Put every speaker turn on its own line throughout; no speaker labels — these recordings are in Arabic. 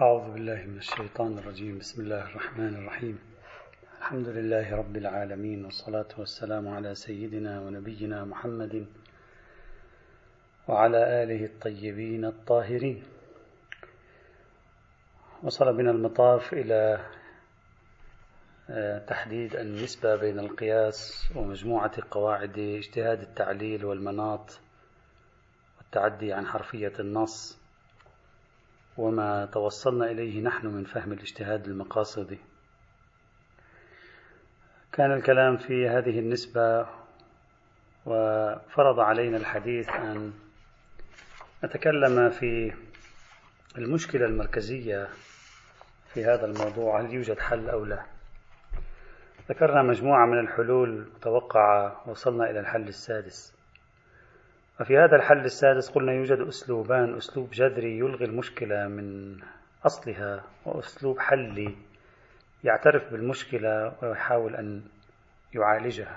أعوذ بالله من الشيطان الرجيم. بسم الله الرحمن الرحيم. الحمد لله رب العالمين، والصلاة والسلام على سيدنا ونبينا محمد وعلى آله الطيبين الطاهرين. وصل بنا المطاف إلى تحديد النسبة بين القياس ومجموعة قواعد اجتهاد التعليل والمناط والتعدي عن حرفية النص، وما توصلنا إليه نحن من فهم الاجتهاد المقاصدي. كان الكلام في هذه النسبة، وفرض علينا الحديث أن نتكلم في المشكلة المركزية في هذا الموضوع، هل يوجد حل أو لا. ذكرنا مجموعة من الحلول متوقعة، وصلنا إلى الحل السادس. وفي هذا الحل السادس قلنا يوجد أسلوبان: أسلوب جذري يلغي المشكلة من أصلها، وأسلوب حلي يعترف بالمشكلة ويحاول أن يعالجها.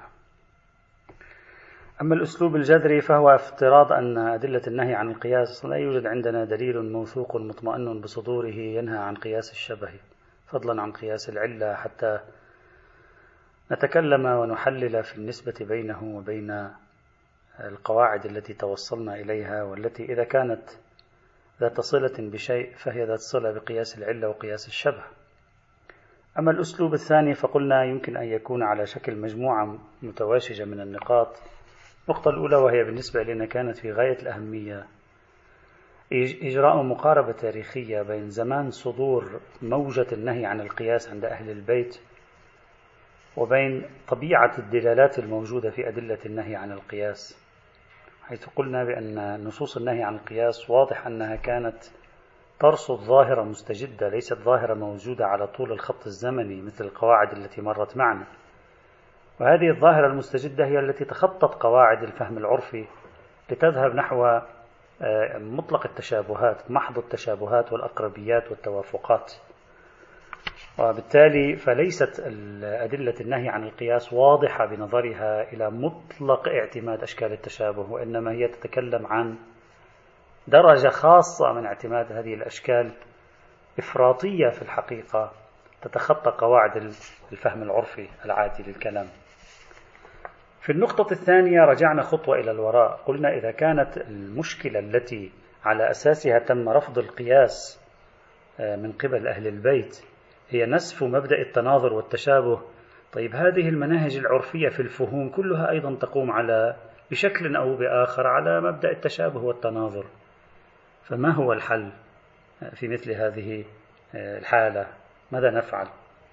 أما الأسلوب الجذري فهو افتراض أن أدلة النهي عن القياس لا يوجد عندنا دليل موثوق مطمئن بصدوره ينهى عن قياس الشبه، فضلا عن قياس العلة، حتى نتكلم ونحلل في النسبة بينه وبين القواعد التي توصلنا إليها، والتي إذا كانت ذات صلة بشيء فهي ذات صلة بقياس العلة وقياس الشبه. أما الأسلوب الثاني فقلنا يمكن أن يكون على شكل مجموعة متواشجة من النقاط. النقطة الأولى، وهي بالنسبة لنا كانت في غاية الأهمية، إجراء مقاربة تاريخية بين زمان صدور موجة النهي عن القياس عند أهل البيت وبين طبيعة الدلالات الموجودة في أدلة النهي عن القياس، حيث قلنا بأن نصوص النهي عن القياس واضح أنها كانت ترصد ظاهرة مستجدة، ليست ظاهرة موجودة على طول الخط الزمني مثل القواعد التي مرت معنا. وهذه الظاهرة المستجدة هي التي تخطت قواعد الفهم العرفي لتذهب نحو مطلق التشابهات، محض التشابهات والأقربيات والتوافقات. وبالتالي فليست أدلة النهي عن القياس واضحة بنظرها إلى مطلق اعتماد أشكال التشابه، وإنما هي تتكلم عن درجة خاصة من اعتماد هذه الأشكال، إفراطية في الحقيقة، تتخطى قواعد الفهم العرفي العادي للكلام. في النقطة الثانية رجعنا خطوة إلى الوراء، قلنا إذا كانت المشكلة التي على أساسها تم رفض القياس من قبل أهل البيت هي نسف مبدأ التناظر والتشابه، طيب هذه المناهج العرفية في الفهوم كلها أيضا تقوم على بشكل أو بآخر على مبدأ التشابه والتناظر. فما هو الحل في مثل هذه الحالة؟ ماذا نفعل؟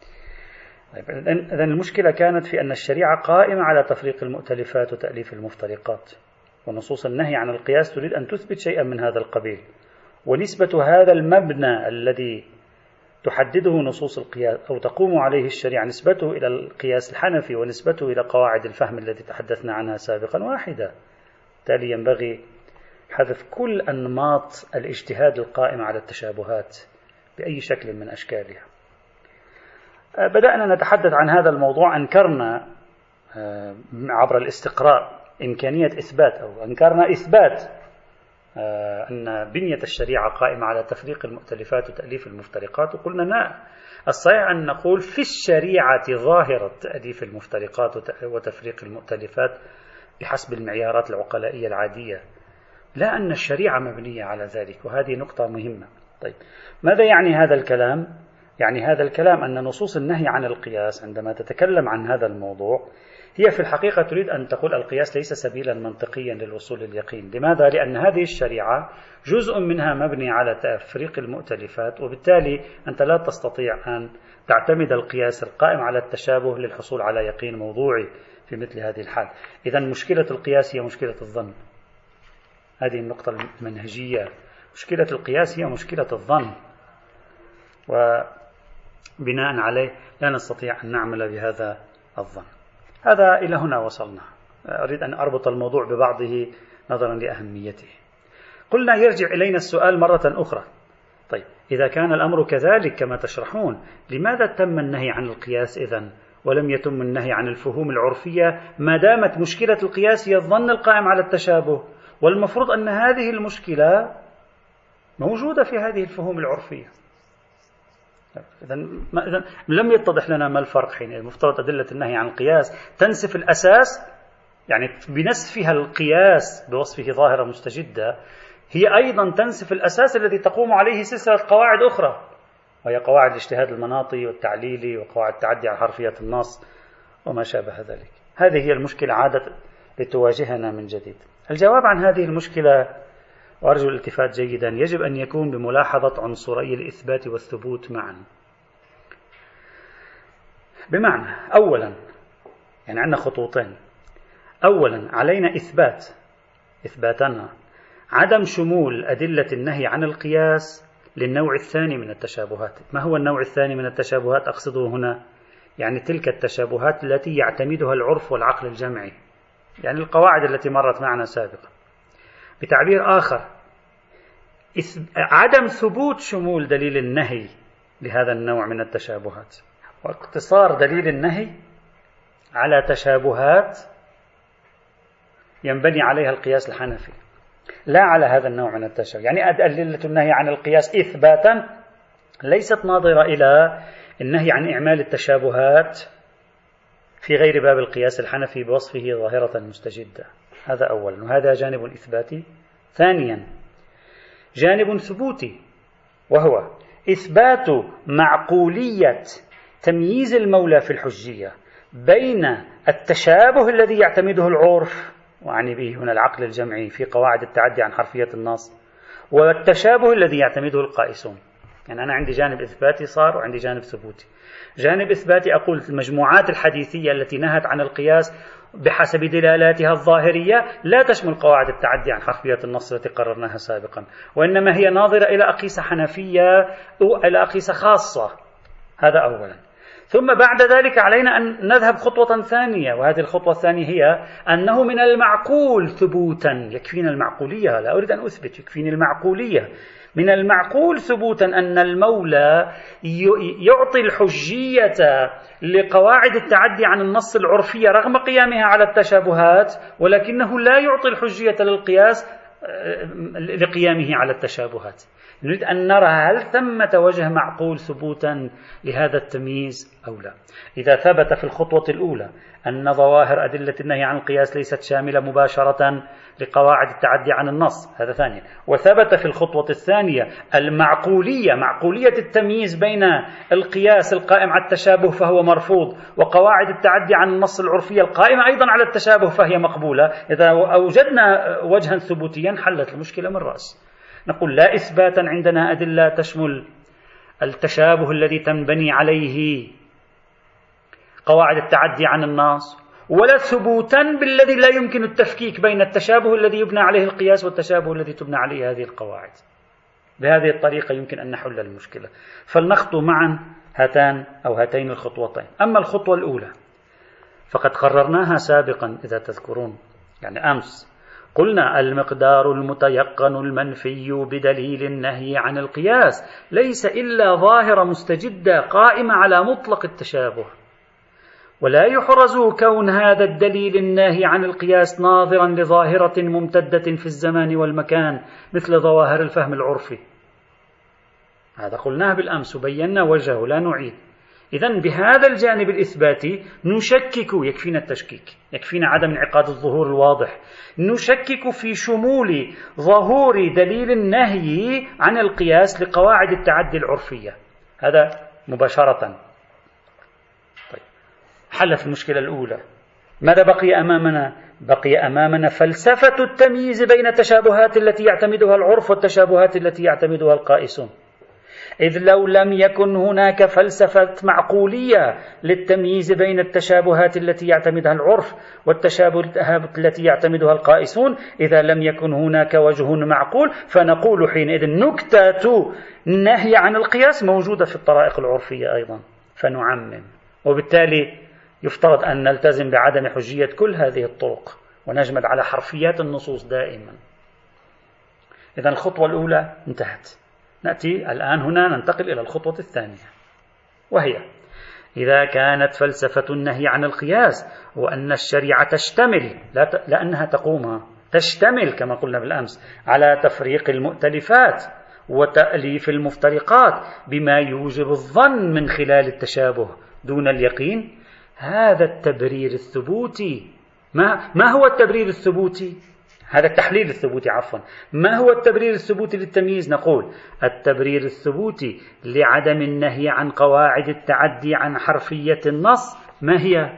إذن المشكلة كانت في أن الشريعة قائمة على تفريق المؤتلفات وتأليف المفترقات، ونصوص النهي عن القياس تريد أن تثبت شيئا من هذا القبيل، ونسبة هذا المبنى الذي تحدده نصوص القياس أو تقوم عليه الشريعة نسبته إلى القياس الحنفي ونسبته إلى قواعد الفهم التي تحدثنا عنها سابقا واحدة. بالتالي ينبغي حذف كل أنماط الاجتهاد القائم على التشابهات بأي شكل من أشكالها. بدأنا نتحدث عن هذا الموضوع، أنكرنا عبر الاستقراء إمكانية إثبات، أو أنكرنا إثبات أن بنية الشريعة قائمة على تفريق المؤتلفات وتأليف المفترقات، وقلنا لا، الصحيح أن نقول في الشريعة ظاهرة تأليف المفترقات وتفريق المؤتلفات بحسب المعيارات العقلائية العادية، لا أن الشريعة مبنية على ذلك، وهذه نقطة مهمة. طيب ماذا يعني هذا الكلام؟ يعني هذا الكلام أن نصوص النهي عن القياس عندما تتكلم عن هذا الموضوع هي في الحقيقة تريد أن تقول القياس ليس سبيلا منطقيا للوصول لليقين. لماذا؟ لأن هذه الشريعة جزء منها مبني على تفريق المؤتلفات، وبالتالي أنت لا تستطيع أن تعتمد القياس القائم على التشابه للحصول على يقين موضوعي في مثل هذه الحال. إذن مشكلة القياس هي مشكلة الظن، هذه النقطة المنهجية. مشكلة القياس هي مشكلة الظن، وبناء عليه لا نستطيع أن نعمل بهذا الظن. هذا إلى هنا وصلنا. أريد أن أربط الموضوع ببعضه نظرا لأهميته. قلنا يرجع إلينا السؤال مرة أخرى، طيب إذا كان الأمر كذلك كما تشرحون، لماذا تم النهي عن القياس إذن ولم يتم النهي عن الفهوم العرفية، ما دامت مشكلة القياس هي الظن القائم على التشابه، والمفروض أن هذه المشكلة موجودة في هذه الفهوم العرفية. إذا لم يتضح لنا ما الفرق حين المفترض أدلة النهي عن القياس تنسف الأساس، يعني بنسفها القياس بوصفه ظاهرة مستجدة، هي أيضا تنسف الأساس الذي تقوم عليه سلسلة قواعد أخرى، وهي قواعد الاجتهاد المناطي والتعليلي وقواعد التعدي على حرفية النص وما شابه ذلك. هذه هي المشكلة عادة لتواجهنا من جديد. الجواب عن هذه المشكلة، وأرجو الالتفات جيدا، يجب أن يكون بملاحظة عنصري الإثبات والثبوت معا. بمعنى أولا، يعني عندنا خطوتين. أولا علينا إثباتنا عدم شمول أدلة النهي عن القياس للنوع الثاني من التشابهات. ما هو النوع الثاني من التشابهات أقصده هنا؟ يعني تلك التشابهات التي يعتمدها العرف والعقل الجمعي، يعني القواعد التي مرت معنا سابقا. بتعبير آخر، عدم ثبوت شمول دليل النهي لهذا النوع من التشابهات، واقتصار دليل النهي على تشابهات ينبني عليها القياس الحنفي، لا على هذا النوع من التشابه. يعني أدلة النهي عن القياس إثباتا ليست ناظرة إلى النهي عن إعمال التشابهات في غير باب القياس الحنفي بوصفه ظاهرة مستجدة. هذا أولا، وهذا جانب إثباتي. ثانيا جانب ثبوتي، وهو إثبات معقولية تمييز المولى في الحجية بين التشابه الذي يعتمده العرف، وعني به هنا العقل الجمعي في قواعد التعدي عن حرفية النص، والتشابه الذي يعتمده القائسون. يعني أنا عندي جانب إثباتي صار، وعندي جانب ثبوتي. جانب إثباتي أقول المجموعات الحديثية التي نهت عن القياس بحسب دلالاتها الظاهرية لا تشمل قواعد التعدي عن حرفية النص التي قررناها سابقا، وإنما هي ناظرة إلى أقيسة حنفية أو إلى أقيسة خاصة. هذا أولا. ثم بعد ذلك علينا أن نذهب خطوة ثانية، وهذه الخطوة الثانية هي أنه من المعقول ثبوتا، يكفينا المعقولية، لا أريد أن أثبت، يكفيني المعقولية. من المعقول ثبوتا أن المولى يعطي الحجية لقواعد التعدي عن النص العرفية رغم قيامها على التشابهات، ولكنه لا يعطي الحجية للقياس لقيامه على التشابهات. نريد أن نرى هل ثمة وجه معقول ثبوتا لهذا التمييز أو لا. إذا ثبت في الخطوة الأولى أن ظواهر أدلة النهي عن القياس ليست شاملة مباشرة لقواعد التعدي عن النص، هذا ثانيا. وثبت في الخطوة الثانية المعقولية، معقولية التمييز بين القياس القائم على التشابه فهو مرفوض، وقواعد التعدي عن النص العرفية القائمة أيضا على التشابه فهي مقبولة. إذا أوجدنا وجها ثبوتيا حلت المشكلة من رأس. نقول لا إثباتا عندنا أدلة تشمل التشابه الذي تنبني عليه قواعد التعدي عن النص، ولا ثبوتا بالذي لا يمكن التفكيك بين التشابه الذي يبنى عليه القياس والتشابه الذي تبنى عليه هذه القواعد. بهذه الطريقة يمكن أن نحل المشكلة. فلنخطو معا هاتين الخطوتين. أما الخطوة الأولى فقد قررناها سابقا إذا تذكرون، يعني أمس قلنا المقدار المتيقن المنفي بدليل النهي عن القياس ليس إلا ظاهرة مستجدة قائمة على مطلق التشابه، ولا يحرز كون هذا الدليل الناهي عن القياس ناظرا لظاهرة ممتدة في الزمان والمكان مثل ظواهر الفهم العرفي. هذا قلناه بالأمس وبينا وجهه، لا نعيد. إذن بهذا الجانب الإثباتي نشكك، يكفينا التشكيك، يكفينا عدم انعقاد الظهور الواضح، نشكك في شمول ظهور دليل النهي عن القياس لقواعد التعدي العرفية. هذا مباشرة. طيب، حلت المشكلة الأولى. ماذا بقي أمامنا؟ بقي أمامنا فلسفة التمييز بين التشابهات التي يعتمدها العرف والتشابهات التي يعتمدها القائسون. إذ لو لم يكن هناك فلسفة معقولية للتمييز بين التشابهات التي يعتمدها العرف والتشابهات التي يعتمدها القائسون، إذا لم يكن هناك وجه معقول، فنقول حينئذ نكتة النهي عن القياس موجودة في الطرائق العرفية أيضا، فنعمم. وبالتالي يفترض أن نلتزم بعدم حجية كل هذه الطرق ونجمد على حرفيات النصوص دائما. إذا الخطوة الأولى انتهت. نأتي الآن هنا ننتقل إلى الخطوة الثانية، وهي إذا كانت فلسفة النهي عن القياس وأن الشريعة تشتمل، لأنها تشتمل كما قلنا بالأمس على تفريق المؤتلفات وتأليف المفترقات بما يوجب الظن من خلال التشابه دون اليقين. هذا التبرير الثبوتي. ما هو التبرير الثبوتي؟ هذا التحليل الثبوتي عفوا. ما هو التبرير الثبوتي للتمييز؟ نقول التبرير الثبوتي لعدم النهي عن قواعد التعدي عن حرفية النص ما هي؟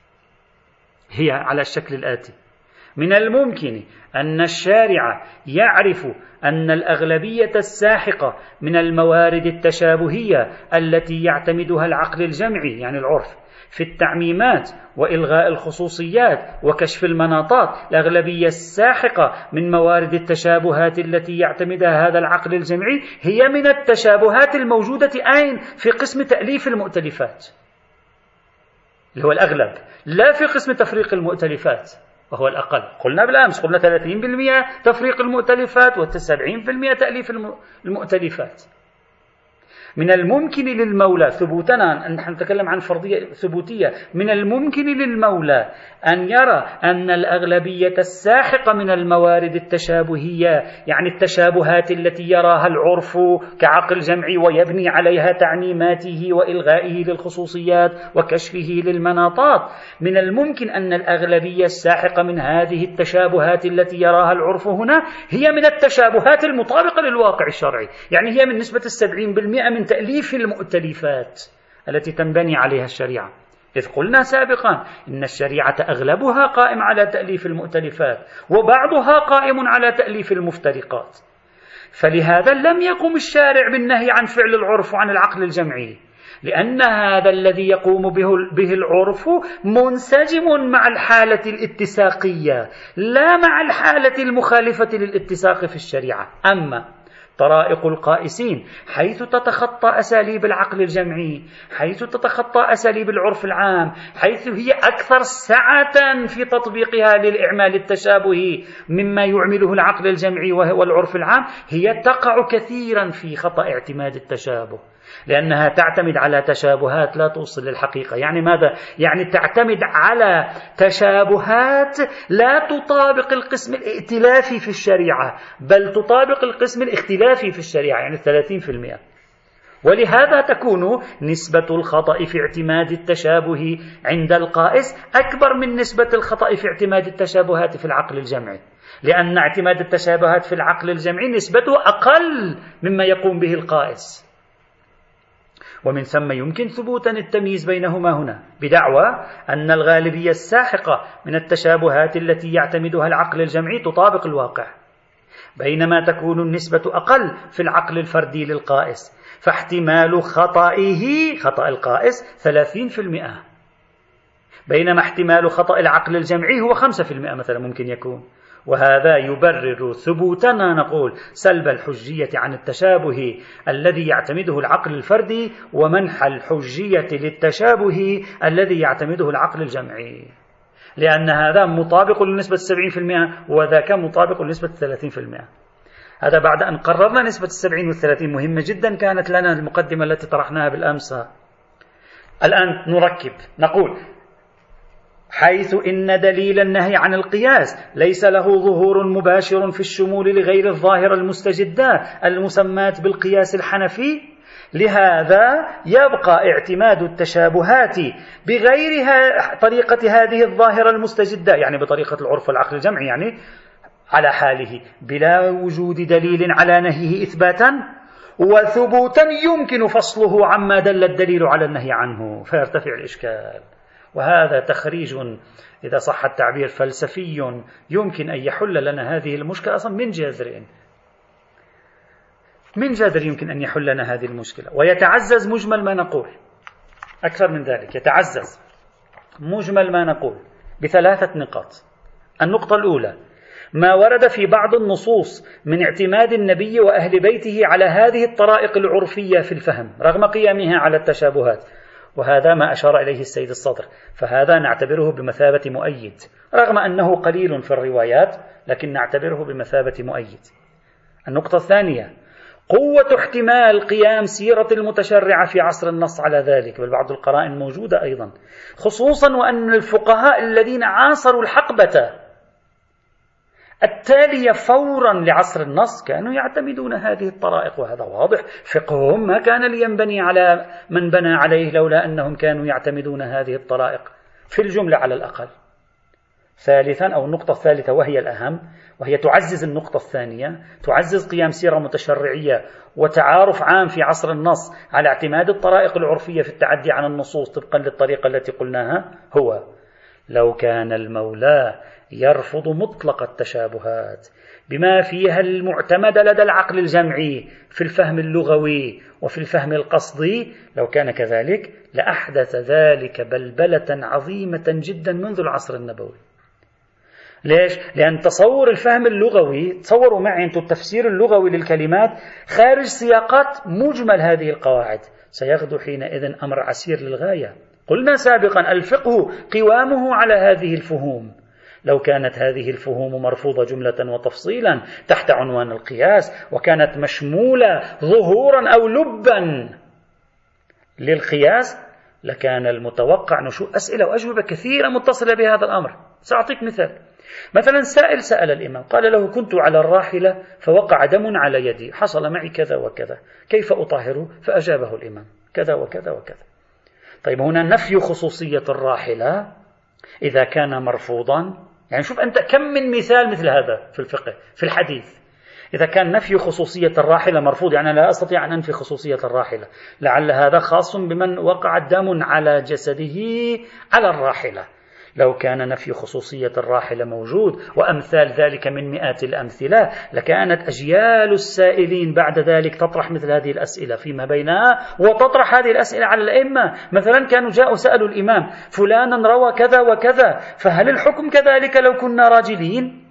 هي على الشكل الآتي: من الممكن أن الشارع يعرف أن الأغلبية الساحقة من الموارد التشابهية التي يعتمدها العقل الجمعي يعني العرف في التعميمات وإلغاء الخصوصيات وكشف المناطات، الأغلبية الساحقة من موارد التشابهات التي يعتمدها هذا العقل الجمعي هي من التشابهات الموجودة أين؟ في قسم تأليف المؤتلفات اللي هو الأغلب، لا في قسم تفريق المؤتلفات وهو الأقل. قلنا بالأمس، قلنا 30% تفريق المؤتلفات و70% تأليف المؤتلفات. من الممكن للمولى ثبوتنا، نحن نتكلم عن فرضية ثبوتية، من الممكن للمولى أن يرى أن الأغلبية الساحقة من الموارد التشابهية يعني التشابهات التي يراها العرف كعقل جمعي ويبني عليها تعميماته وإلغائه للخصوصيات وكشفه للمناطات، من الممكن أن الأغلبية الساحقة من هذه التشابهات التي يراها العرف هنا هي من التشابهات المطابقة للواقع الشرعي، يعني هي من نسبة 70% من تأليف المؤتلفات التي تنبني عليها الشريعة. إذ قلنا سابقا إن الشريعة أغلبها قائم على تأليف المؤتلفات وبعضها قائم على تأليف المفترقات، فلهذا لم يقم الشارع بالنهي عن فعل العرف وعن العقل الجمعي، لأن هذا الذي يقوم به العرف منسجم مع الحالة الاتساقية لا مع الحالة المخالفة للاتساق في الشريعة. أما طرائق القائسين حيث تتخطى أساليب العقل الجمعي، حيث تتخطى أساليب العرف العام، حيث هي أكثر سعة في تطبيقها للإعمال التشابهي مما يعمله العقل الجمعي وهو العرف العام، هي تقع كثيرا في خطأ اعتماد التشابه، لأنها تعتمد على تشابهات لا توصل للحقيقة. يعني ماذا؟ يعني تعتمد على تشابهات لا تطابق القسم الائتلافي في الشريعة، بل تطابق القسم الاختلافي في الشريعة، يعني 30%. ولهذا تكون نسبة الخطأ في اعتماد التشابه عند القائس أكبر من نسبة الخطأ في اعتماد التشابهات في العقل الجمعي، لأن اعتماد التشابهات في العقل الجمعي نسبته أقل مما يقوم به القائس. ومن ثم يمكن ثبوتا التمييز بينهما هنا بدعوى أن الغالبية الساحقة من التشابهات التي يعتمدها العقل الجمعي تطابق الواقع، بينما تكون النسبة أقل في العقل الفردي للقائس، فاحتمال خطأ القائس 30%، بينما احتمال خطأ العقل الجمعي هو 5% مثلا ممكن يكون. وهذا يبرر ثبوتنا نقول سلب الحجية عن التشابه الذي يعتمده العقل الفردي ومنح الحجية للتشابه الذي يعتمده العقل الجمعي، لأن هذا مطابق لنسبة 70% وذاك مطابق لنسبة 30%. هذا بعد أن قررنا نسبة 70 و30 مهمة جدا كانت لنا المقدمة التي طرحناها بالأمس. الآن نركب نقول حيث إن دليل النهي عن القياس ليس له ظهور مباشر في الشمول لغير الظاهرة المستجدة المسمات بالقياس الحنفي، لهذا يبقى اعتماد التشابهات بغير طريقة هذه الظاهرة المستجدة، يعني بطريقة العرف والعقل الجمعي، يعني على حاله بلا وجود دليل على نهيه إثباتا وثبوتا يمكن فصله عما دل الدليل على النهي عنه، فيرتفع الإشكال. وهذا تخريج إذا صح التعبير فلسفي يمكن أن يحل لنا هذه المشكلة أصلا من جذر يمكن أن يحل لنا هذه المشكلة. ويتعزز مجمل ما نقول أكثر من ذلك، يتعزز مجمل ما نقول ب3 نقاط. النقطة الأولى ما ورد في بعض النصوص من اعتماد النبي وأهل بيته على هذه الطرائق العرفية في الفهم رغم قيامها على التشابهات، وهذا ما أشار إليه السيد الصدر، فهذا نعتبره بمثابة مؤيد رغم أنه قليل في الروايات، لكن نعتبره بمثابة مؤيد. النقطة الثانية قوة احتمال قيام سيرة المتشرعة في عصر النص على ذلك، بل بعض القرائن موجودة أيضا، خصوصا وأن الفقهاء الذين عاصروا الحقبة التالية فورا لعصر النص كانوا يعتمدون هذه الطرائق، وهذا واضح. فقههم ما كان لينبني على من بنى عليه لولا أنهم كانوا يعتمدون هذه الطرائق في الجملة على الأقل. ثالثا، أو النقطة الثالثة وهي الأهم، وهي تعزز النقطة الثانية، تعزز قيام سيرة متشرعية وتعارف عام في عصر النص على اعتماد الطرائق العرفية في التعدي عن النصوص طبقا للطريقة التي قلناها. هو لو كان المولى يرفض مطلق التشابهات بما فيها المعتمد لدى العقل الجمعي في الفهم اللغوي وفي الفهم القصدي، لو كان كذلك لأحدث ذلك بلبلة عظيمة جدا منذ العصر النبوي. ليش؟ لأن تصور الفهم اللغوي، تصوروا معي أنتم التفسير اللغوي للكلمات خارج سياقات مجمل هذه القواعد، سيغدو حينئذ أمر عسير للغاية. قلنا سابقا الفقه قوامه على هذه الفهوم. لو كانت هذه الفهوم مرفوضة جملة وتفصيلا تحت عنوان القياس، وكانت مشمولة ظهورا أو لبا للقياس، لكان المتوقع نشوء أسئلة وأجوبة كثيرة متصلة بهذا الأمر. سأعطيك مثال. مثلا سائل سأل الإمام قال له: كنت على الراحلة فوقع دم على يدي، حصل معي كذا وكذا، كيف أطهره؟ فأجابه الإمام كذا وكذا وكذا. طيب هنا نفي خصوصية الراحلة إذا كان مرفوضا، يعني شوف أنت كم من مثال مثل هذا في الفقه في الحديث. إذا كان نفي خصوصية الراحلة مرفوض، يعني لا أستطيع أن أنفي خصوصية الراحلة، لعل هذا خاص بمن وقع دم على جسده على الراحلة. لو كان نفي خصوصية الراحلة موجود وأمثال ذلك من مئات الأمثلة، لكانت أجيال السائلين بعد ذلك تطرح مثل هذه الأسئلة فيما بينها، وتطرح هذه الأسئلة على الأئمة. مثلا كانوا جاءوا سألوا الإمام: فلانا روى كذا وكذا، فهل الحكم كذلك لو كنا راجلين؟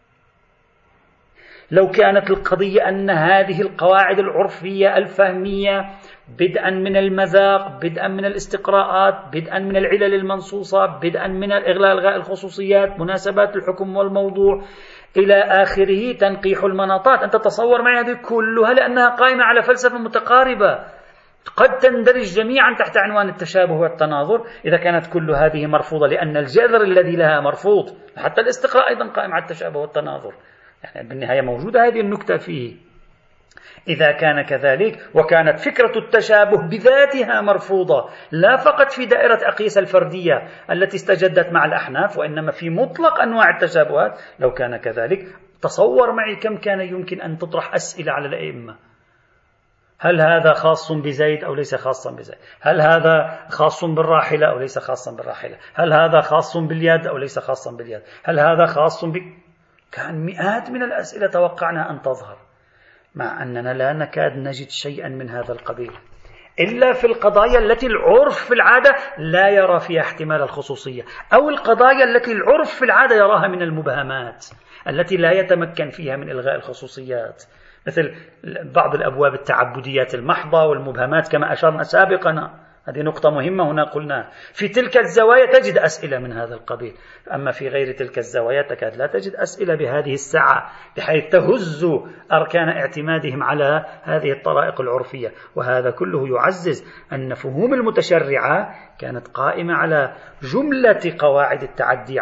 لو كانت القضية أن هذه القواعد العرفية الفهمية بدءا من المذاق، بدءا من الاستقراءات، بدءا من العلل المنصوصة، بدءا من إلغاء الخصوصيات، مناسبات الحكم والموضوع إلى آخره، تنقيح المناطات، أنت تصور معي هذه كلها لأنها قائمة على فلسفة متقاربة قد تندرج جميعا تحت عنوان التشابه والتناظر. إذا كانت كل هذه مرفوضة لأن الجذر الذي لها مرفوض، حتى الاستقراء أيضا قائم على التشابه والتناظر، يعني بالنهاية موجودة هذه النكتة فيه. إذا كان كذلك وكانت فكرة التشابه بذاتها مرفوضة، لا فقط في دائرة أقيس الفردية التي استجدت مع الأحناف، وإنما في مطلق أنواع التشابهات، لو كان كذلك تصور معي كم كان يمكن أن تطرح أسئلة على الأئمة. هل هذا خاص بزيد أو ليس خاصا بزيد؟ هل هذا خاص بالراحلة أو ليس خاصا بالراحلة؟ هل هذا خاص باليد أو ليس خاصا باليد؟ هل هذا خاص كان مئات من الأسئلة توقعنا أن تظهر، مع أننا لا نكاد نجد شيئا من هذا القبيل إلا في القضايا التي العرف في العادة لا يرى فيها احتمال الخصوصية، أو القضايا التي العرف في العادة يراها من المبهمات التي لا يتمكن فيها من إلغاء الخصوصيات، مثل بعض الأبواب التعبديات المحضة والمبهمات كما أشرنا سابقا. هذه نقطة مهمة هنا قلنا. في تلك الزوايا تجد أسئلة من هذا القبيل، أما في غير تلك الزوايا تكاد لا تجد أسئلة بهذه السعة بحيث تهز أركان اعتمادهم على هذه الطرائق العرفية. وهذا كله يعزز أن فهوم المتشرعة كانت قائمة على جملة قواعد التعدي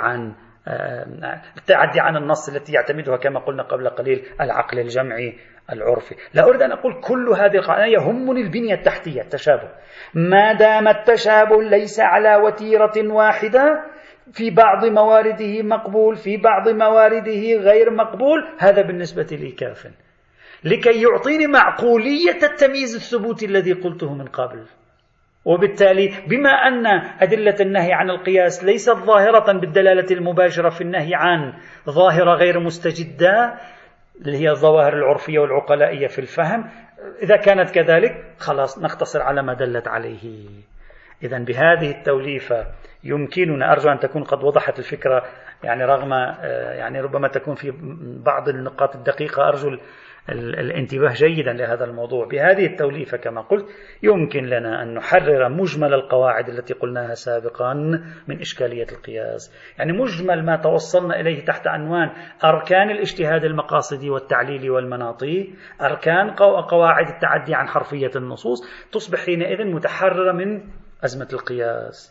عن النص التي يعتمدها كما قلنا قبل قليل العقل الجمعي العرفي. لا أريد أن أقول كل هذه القواعد، يهمني البنية التحتية، التشابه. ما دام التشابه ليس على وتيرة واحدة، في بعض موارده مقبول، في بعض موارده غير مقبول، هذا بالنسبة لي كاف لكي يعطيني معقولية التمييز الثبوتي الذي قلته من قبل. وبالتالي بما أن أدلة النهي عن القياس ليست ظاهرة بالدلالة المباشرة في النهي عن ظاهرة غير مستجدة اللي هي الظواهر العرفية والعقلائية في الفهم، إذا كانت كذلك خلاص نقتصر على ما دلت عليه. إذن بهذه التوليفة يمكننا، أرجو أن تكون قد وضحت الفكرة، يعني رغم يعني ربما تكون في بعض النقاط الدقيقة، أرجو الانتباه جيدا لهذا الموضوع. بهذه التوليفة كما قلت يمكن لنا أن نحرر مجمل القواعد التي قلناها سابقا من إشكالية القياس، يعني مجمل ما توصلنا إليه تحت عنوان أركان الاجتهاد المقاصدي والتعليلي والمناطي، أركان قواعد التعدي عن حرفية النصوص، تصبح حينئذ متحررة من أزمة القياس.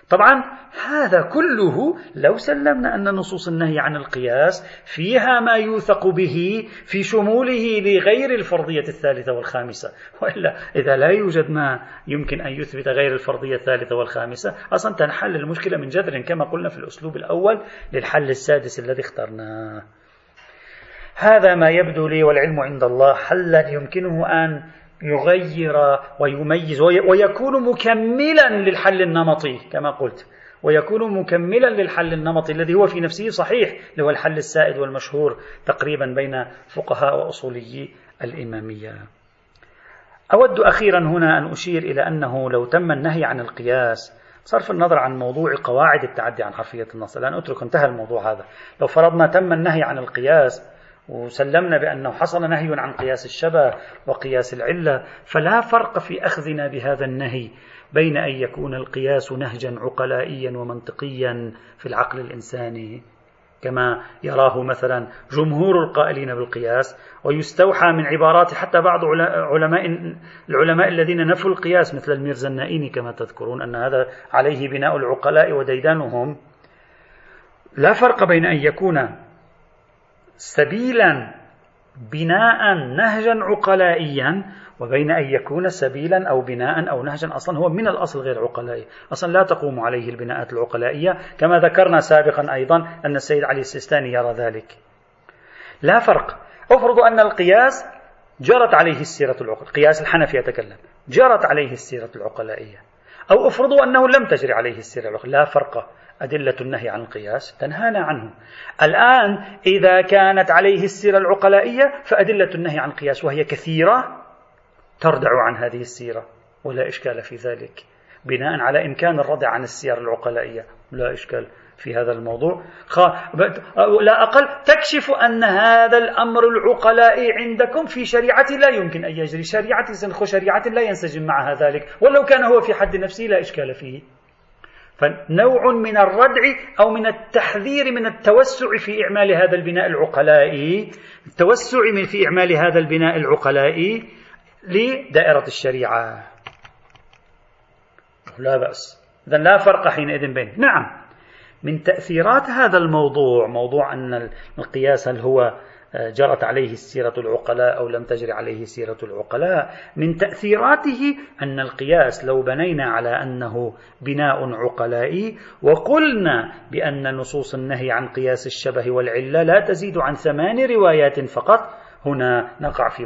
طبعا هذا كله لو سلمنا أن نصوص النهي عن القياس فيها ما يوثق به في شموله لغير الفرضية الثالثة والخامسة، وإلا إذا لا يوجد ما يمكن أن يثبت غير الفرضية الثالثة والخامسة أصلا تنحل المشكلة من جذر كما قلنا في الأسلوب الأول للحل السادس الذي اخترناه. هذا ما يبدو لي والعلم عند الله حلا يمكنه أن يغير ويميز ويكون مكملا للحل النمطي كما قلت، ويكون مكملا للحل النمطي الذي هو في نفسه صحيح، اللي هو الحل السائد والمشهور تقريبا بين فقهاء وأصوليي الإمامية. أود أخيرا هنا أن أشير إلى أنه لو تم النهي عن القياس بصرف النظر عن موضوع قواعد التعدي عن حرفية النص، الآن أترك انتهى الموضوع هذا، لو فرضنا تم النهي عن القياس وسلمنا بأنه حصل نهي عن قياس الشبه وقياس العلة، فلا فرق في أخذنا بهذا النهي بين أن يكون القياس نهجا عقلائيا ومنطقيا في العقل الإنساني كما يراه مثلا جمهور القائلين بالقياس، ويستوحى من عبارات حتى بعض العلماء الذين نفوا القياس مثل الميرزا النائيني كما تذكرون أن هذا عليه بناء العقلاء وديدانهم. لا فرق بين أن يكون سبيلا بناء نهجا عقلائيا وبين أن يكون سبيلا أو بناء أو نهجا أصلا هو من الأصل غير عقلائي، أصلا لا تقوم عليه البناءات العقلائية كما ذكرنا سابقا أيضا أن السيد علي السيستاني يرى ذلك. لا فرق. أفرض أن القياس جرت عليه السيرة العقلائية، قياس الحنفي يتكلم جرت عليه السيرة العقلائية، أو أفرض أنه لم تجري عليه السيرة العقلائية، لا فرق. أدلة النهي عن القياس تنهانا عنه. الآن إذا كانت عليه السيرة العقلائية فأدلة النهي عن القياس وهي كثيرة تردع عن هذه السيرة ولا إشكال في ذلك، بناء على إمكان الردع عن السير العقلائية لا إشكال في هذا الموضوع. لا أقل تكشف أن هذا الأمر العقلائي عندكم في شريعة لا يمكن أن يجري، شريعة لا ينسجم معها ذلك، ولو كان هو في حد نفسه لا إشكال فيه. فنوع من الردع أو من التحذير من التوسع في إعمال هذا البناء العقلائي، التوسع في إعمال هذا البناء العقلائي لدائرة الشريعة لا بأس. إذن لا فرق حينئذ بين. نعم، من تأثيرات هذا الموضوع موضوع أن القياس هل هو جرت عليه السيرة العقلاء أو لم تجري عليه سيرة العقلاء، من تأثيراته أن القياس لو بنينا على أنه بناء عقلائي وقلنا بأن نصوص النهي عن قياس الشبه والعلة لا تزيد عن 8 روايات فقط، هنا نقع في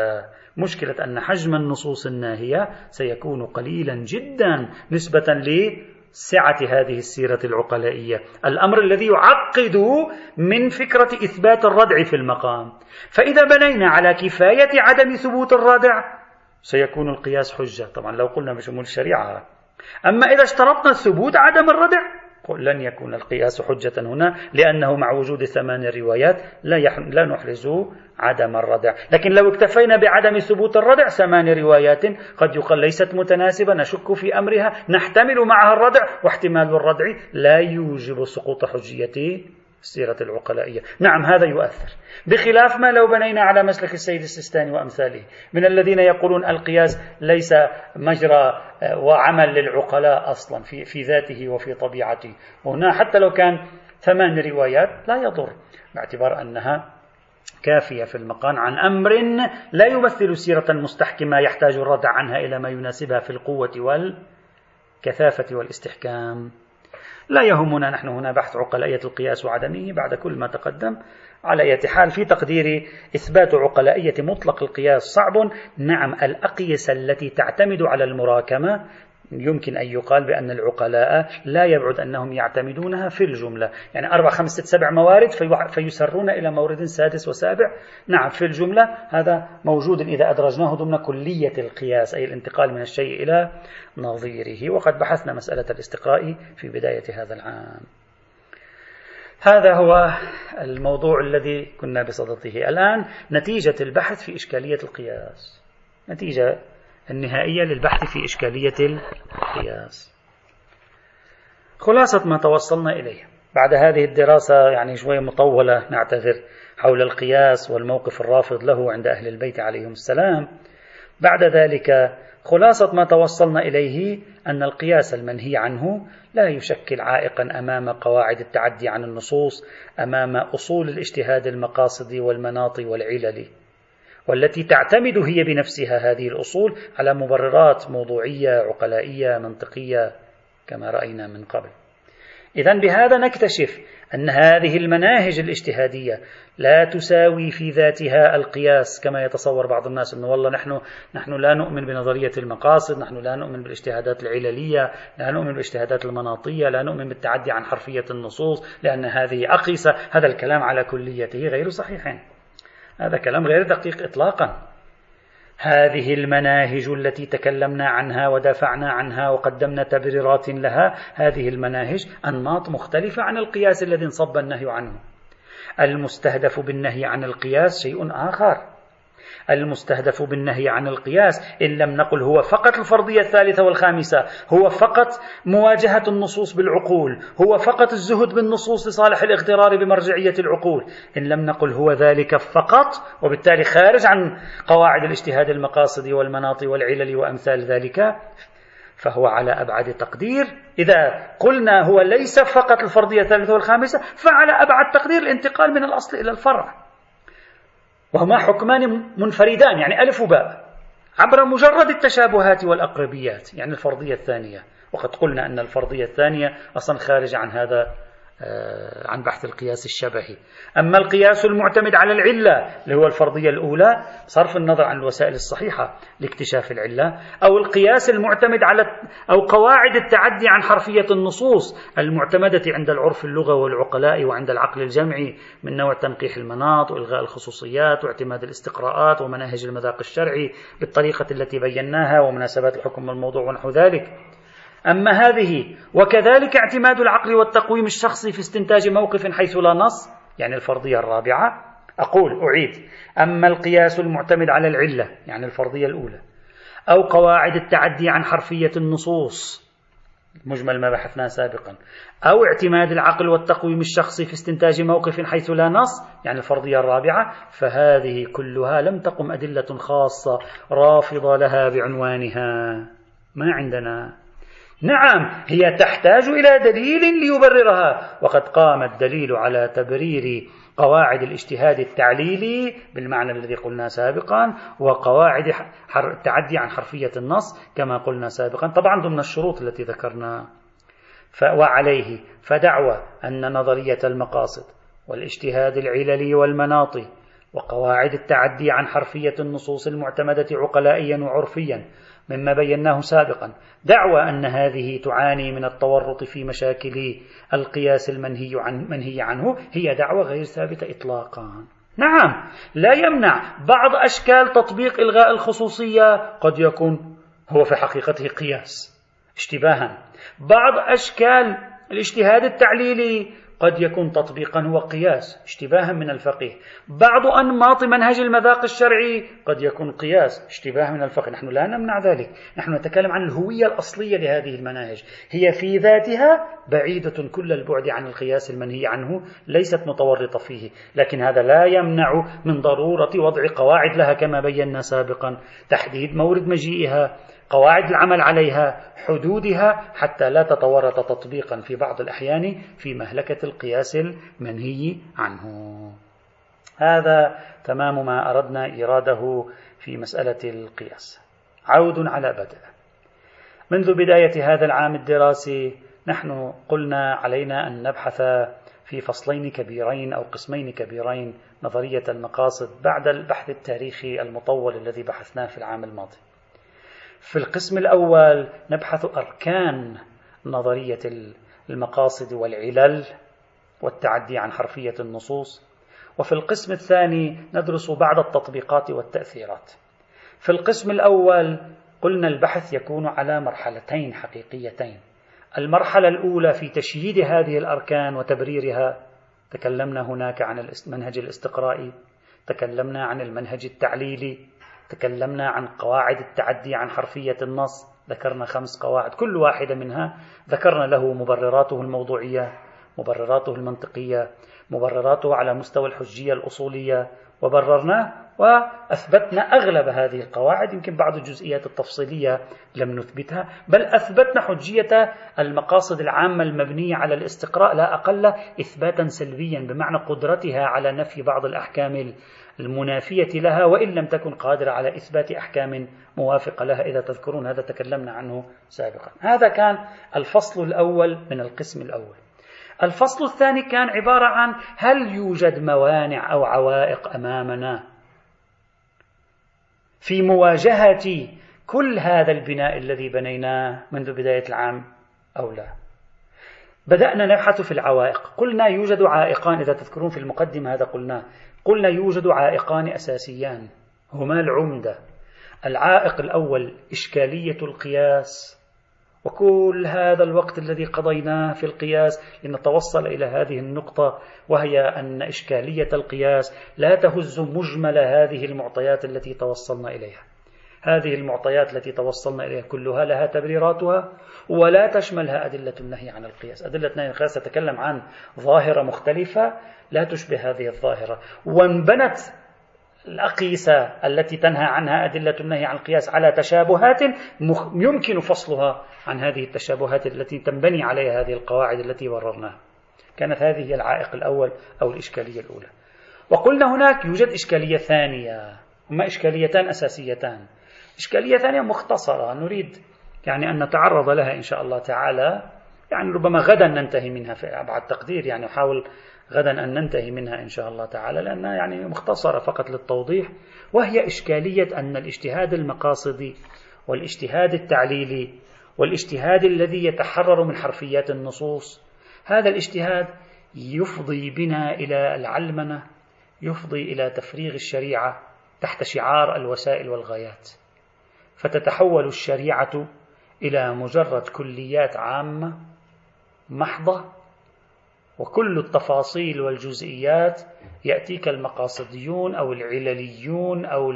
مشكلة أن حجم النصوص الناهية سيكون قليلا جدا نسبة لسعة هذه السيرة العقلائية، الأمر الذي يعقد من فكرة إثبات الردع في المقام. فإذا بنينا على كفاية عدم ثبوت الردع سيكون القياس حجة، طبعا لو قلنا بشمول الشريعة. أما إذا اشترطنا ثبوت عدم الردع لن يكون القياس حجة هنا، لأنه مع وجود 8 روايات لا نحرز عدم الردع. لكن لو اكتفينا بعدم ثبوت الردع 8 روايات قد يقال ليست متناسبة، نشك في أمرها، نحتمل معها الردع، واحتمال الردع لا يوجب سقوط حجية السيرة العقلائية. نعم، هذا يؤثر، بخلاف ما لو بنينا على مسلك السيد السيستاني وأمثاله من الذين يقولون القياس ليس مجرى وعمل للعقلاء أصلا في ذاته وفي طبيعته، وهنا حتى لو كان 8 روايات لا يضر باعتبار أنها كافية في المقام عن أمر لا يمثل سيرة مستحكمة يحتاج الردع عنها إلى ما يناسبها في القوة والكثافة والاستحكام. لا يهمنا نحن هنا بحث عقلائية القياس وعدمه بعد كل ما تقدم. على أي حال في تقديري إثبات عقلائية مطلق القياس صعب. نعم، الأقيسة التي تعتمد على المراكمة يمكن أن يقال بأن العقلاء لا يبعد أنهم يعتمدونها في الجملة، يعني 4 5 6 7 موارد فيسرون إلى مورد 6 و7. نعم، في الجملة هذا موجود إذا أدرجناه ضمن كلية القياس، أي الانتقال من الشيء إلى نظيره، وقد بحثنا مسألة الاستقراء في بداية هذا العام. هذا هو الموضوع الذي كنا بصدده. الآن نتيجة البحث في إشكالية القياس، نتيجة النهائية للبحث في إشكالية القياس. خلاصة ما توصلنا إليه بعد هذه الدراسة يعني شوية مطولة نعتذر حول القياس والموقف الرافض له عند أهل البيت عليهم السلام. بعد ذلك خلاصة ما توصلنا إليه أن القياس المنهي عنه لا يشكل عائقا أمام قواعد التعدي عن النصوص، أمام أصول الاجتهاد المقاصد والمناط والعلل، والتي تعتمد هي بنفسها هذه الأصول على مبررات موضوعية عقلائية منطقية كما رأينا من قبل. إذن بهذا نكتشف أن هذه المناهج الاجتهادية لا تساوي في ذاتها القياس كما يتصور بعض الناس، أنه والله نحن لا نؤمن بنظرية المقاصد، نحن لا نؤمن بالاجتهادات العللية، لا نؤمن بالاجتهادات المناطية، لا نؤمن بالتعدي عن حرفية النصوص لأن هذه أقيسة. هذا الكلام على كليته غير صحيح، هذا كلام غير دقيق إطلاقا. هذه المناهج التي تكلمنا عنها ودافعنا عنها وقدمنا تبريرات لها، هذه المناهج أنماط مختلفة عن القياس الذي انصب النهي عنه. المستهدف بالنهي عن القياس شيء آخر. المستهدف بالنهي عن القياس إن لم نقل هو فقط الفرضية الثالثة والخامسة، هو فقط مواجهة النصوص بالعقول، هو فقط الزهد بالنصوص لصالح الاغترار بمرجعية العقول، إن لم نقل هو ذلك فقط وبالتالي خارج عن قواعد الاجتهاد المقاصد والمناط والعلل وأمثال ذلك، فهو على أبعد تقدير. إذا قلنا هو ليس فقط الفرضية الثالثة والخامسة، فعلى أبعد تقدير الانتقال من الأصل إلى الفرع، وهما حكمان منفردان يعني ألف وباء عبر مجرد التشابهات والأقربيات، يعني الفرضية الثانية. وقد قلنا أن الفرضية الثانية أصلا خارج عن هذا، عن بحث القياس الشبهي. أما القياس المعتمد على العلة اللي هو الفرضية الأولى صرف النظر عن الوسائل الصحيحة لاكتشاف العلة، أو القياس المعتمد على أو قواعد التعدي عن حرفية النصوص المعتمدة عند العرف اللغة والعقلاء وعند العقل الجمعي من نوع تنقيح المناط وإلغاء الخصوصيات واعتماد الاستقراءات ومناهج المذاق الشرعي بالطريقة التي بيناها ومناسبات الحكم والموضوع ونحو ذلك. أما هذه وكذلك اعتماد العقل والتقويم الشخصي في استنتاج موقف حيث لا نص، يعني الفرضية الرابعة. أعيد: أما القياس المعتمد على العلة يعني الفرضية الأولى، أو قواعد التعدي عن حرفية النصوص مجمل ما بحثناه سابقا، أو اعتماد العقل والتقويم الشخصي في استنتاج موقف حيث لا نص يعني الفرضية الرابعة، فهذه كلها لم تقم أدلة خاصة رافضة لها بعنوانها. ما عندنا. نعم، هي تحتاج إلى دليل ليبررها، وقد قام الدليل على تبرير قواعد الاجتهاد التعليلي بالمعنى الذي قلنا سابقا، وقواعد التعدي عن حرفية النص كما قلنا سابقا، طبعا ضمن الشروط التي ذكرنا. وعليه فدعوى أن نظرية المقاصد والاجتهاد العللي والمناطي وقواعد التعدي عن حرفية النصوص المعتمدة عقلائيا وعرفيا مما بيناه سابقا، دعوى أن هذه تعاني من التورط في مشاكل القياس المنهي عنه، هي دعوى غير ثابتة إطلاقا. نعم، لا يمنع بعض أشكال تطبيق إلغاء الخصوصية قد يكون هو في حقيقته قياس اشتباها، بعض أشكال الاجتهاد التعليلي قد يكون تطبيقا هو قياس اشتباها من الفقيه، بعض أنماط منهج المذاق الشرعي قد يكون قياس اشتباها من الفقيه. نحن لا نمنع ذلك، نحن نتكلم عن الهوية الأصلية لهذه المناهج، هي في ذاتها بعيدة كل البعد عن القياس المنهي عنه، ليست متورطة فيه، لكن هذا لا يمنع من ضرورة وضع قواعد لها كما بينا سابقا، تحديد مورد مجيئها، قواعد العمل عليها، حدودها، حتى لا تتورط تطبيقا في بعض الأحيان في مهلكة القياس المنهي عنه. هذا تمام ما أردنا إيراده في مسألة القياس. عود على بدء. منذ بداية هذا العام الدراسي نحن قلنا علينا أن نبحث في فصلين كبيرين أو قسمين كبيرين نظرية المقاصد بعد البحث التاريخي المطول الذي بحثناه في العام الماضي. في القسم الأول نبحث أركان نظرية المقاصد والعلل والتعدي عن حرفية النصوص، وفي القسم الثاني ندرس بعض التطبيقات والتأثيرات. في القسم الأول قلنا البحث يكون على مرحلتين حقيقيتين. المرحلة الأولى في تشييد هذه الأركان وتبريرها، تكلمنا هناك عن المنهج الاستقرائي، تكلمنا عن المنهج التعليلي، تكلمنا عن قواعد التعدي عن حرفية النص، ذكرنا 5 قواعد، كل واحدة منها ذكرنا له مبرراته الموضوعية، مبرراته المنطقية، مبرراته على مستوى الحجية الأصولية، وبررناه وأثبتنا أغلب هذه القواعد، يمكن بعض الجزئيات التفصيلية لم نثبتها، بل أثبتنا حجية المقاصد العامة المبنية على الاستقراء لا أقل إثباتا سلبيا، بمعنى قدرتها على نفي بعض الأحكام المنافية لها وإن لم تكن قادرة على إثبات أحكام موافقة لها. إذا تذكرون هذا تكلمنا عنه سابقا. هذا كان الفصل الأول من القسم الأول. الفصل الثاني كان عبارة عن هل يوجد موانع أو عوائق أمامنا في مواجهة كل هذا البناء الذي بنيناه منذ بداية العام أو لا. بدأنا نبحث في العوائق. قلنا يوجد عائقان، إذا تذكرون في المقدمة هذا قلنا يوجد عائقان أساسيان هما العمدة. العائق الأول إشكالية القياس، وكل هذا الوقت الذي قضيناه في القياس لنتوصل إلى هذه النقطة، وهي أن إشكالية القياس لا تهز مجمل هذه المعطيات التي توصلنا إليها. هذه المعطيات التي توصلنا إليها كلها لها تبريراتها ولا تشملها أدلة النهي عن القياس. أدلة النهي عن القياس تتكلم عن ظاهرة مختلفة لا تشبه هذه الظاهرة، وانبنت الأقيسة التي تنهى عنها أدلة النهي عن القياس على تشابهات يمكن فصلها عن هذه التشابهات التي تنبني عليها هذه القواعد التي وررناها. كانت هذه هي العائق الأول أو الإشكالية الأولى. وقلنا هناك يوجد إشكالية ثانية، هما إشكاليتان أساسيتان. إشكالية ثانية مختصرة نريد أن نتعرض لها إن شاء الله تعالى، ربما غدا ننتهي منها في أبعد تقدير، نحاول غدا أن ننتهي منها إن شاء الله تعالى، لأنها مختصرة فقط للتوضيح. وهي إشكالية أن الاجتهاد المقاصدي والاجتهاد التعليلي والاجتهاد الذي يتحرر من حرفيات النصوص، هذا الاجتهاد يفضي بنا إلى العلمنة، يفضي إلى تفريغ الشريعة تحت شعار الوسائل والغايات، فتتحول الشريعة إلى مجرد كليات عامة محضة، وكل التفاصيل والجزئيات يأتيك المقاصديون أو العلليون أو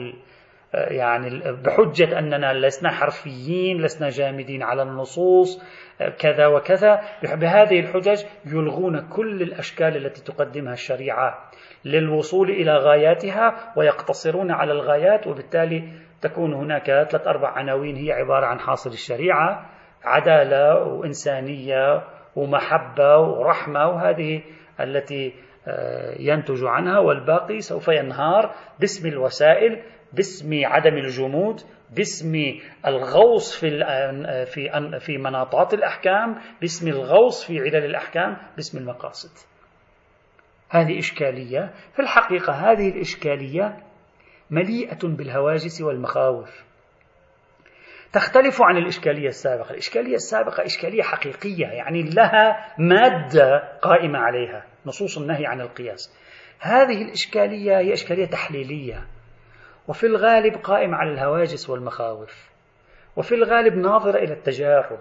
بحجة أننا لسنا حرفيين، لسنا جامدين على النصوص كذا وكذا، بهذه الحجج يلغون كل الأشكال التي تقدمها الشريعة للوصول إلى غاياتها ويقتصرون على الغايات، وبالتالي تكون هناك 3-4 عناوين هي عبارة عن حاصل الشريعة: عدالة وإنسانية ومحبة ورحمة، وهذه التي ينتج عنها، والباقي سوف ينهار باسم الوسائل، باسم عدم الجمود، باسم الغوص في مناطات الأحكام، باسم الغوص في علل الأحكام، باسم المقاصد. هذه إشكالية. في الحقيقة هذه الإشكالية مليئة بالهواجس والمخاوف، تختلف عن الإشكالية السابقة. الإشكالية السابقة إشكالية حقيقية، لها مادة قائمة عليها نصوص النهي عن القياس. هذه الإشكالية هي إشكالية تحليلية، وفي الغالب قائمة على الهواجس والمخاوف، وفي الغالب ناظرة إلى التجارب.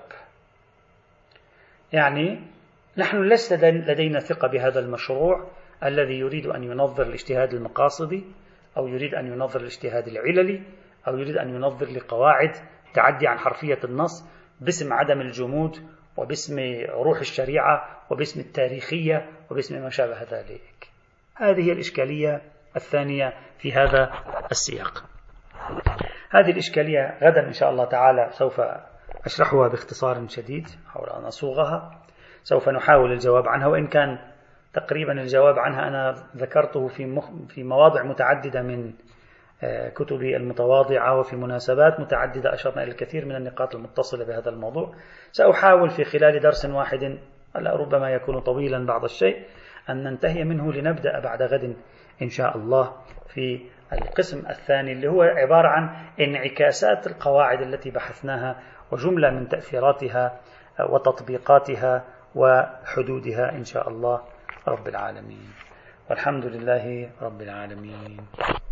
نحن ليس لدينا ثقة بهذا المشروع الذي يريد أن ينظر الاجتهاد المقاصدي، أو يريد أن ينظر الاجتهاد العللي، أو يريد أن ينظر لقواعد تعدي عن حرفية النص باسم عدم الجمود وباسم روح الشريعة وباسم التاريخية وباسم ما شابه ذلك. هذه الإشكالية الثانية في هذا السياق. هذه الإشكالية غدا إن شاء الله تعالى سوف أشرحها باختصار شديد، أحاول أن أصوغها، سوف نحاول الجواب عنها، وإن كان تقريبا الجواب عنها أنا ذكرته في مواضع متعددة من كتبي المتواضعة، وفي مناسبات متعددة أشرنا إلى الكثير من النقاط المتصلة بهذا الموضوع. سأحاول في خلال درس واحد، ربما يكون طويلا بعض الشيء، أن ننتهي منه لنبدأ بعد غد إن شاء الله في القسم الثاني، اللي هو عبارة عن انعكاسات القواعد التي بحثناها وجملة من تأثيراتها وتطبيقاتها وحدودها إن شاء الله رب العالمين. والحمد لله رب العالمين.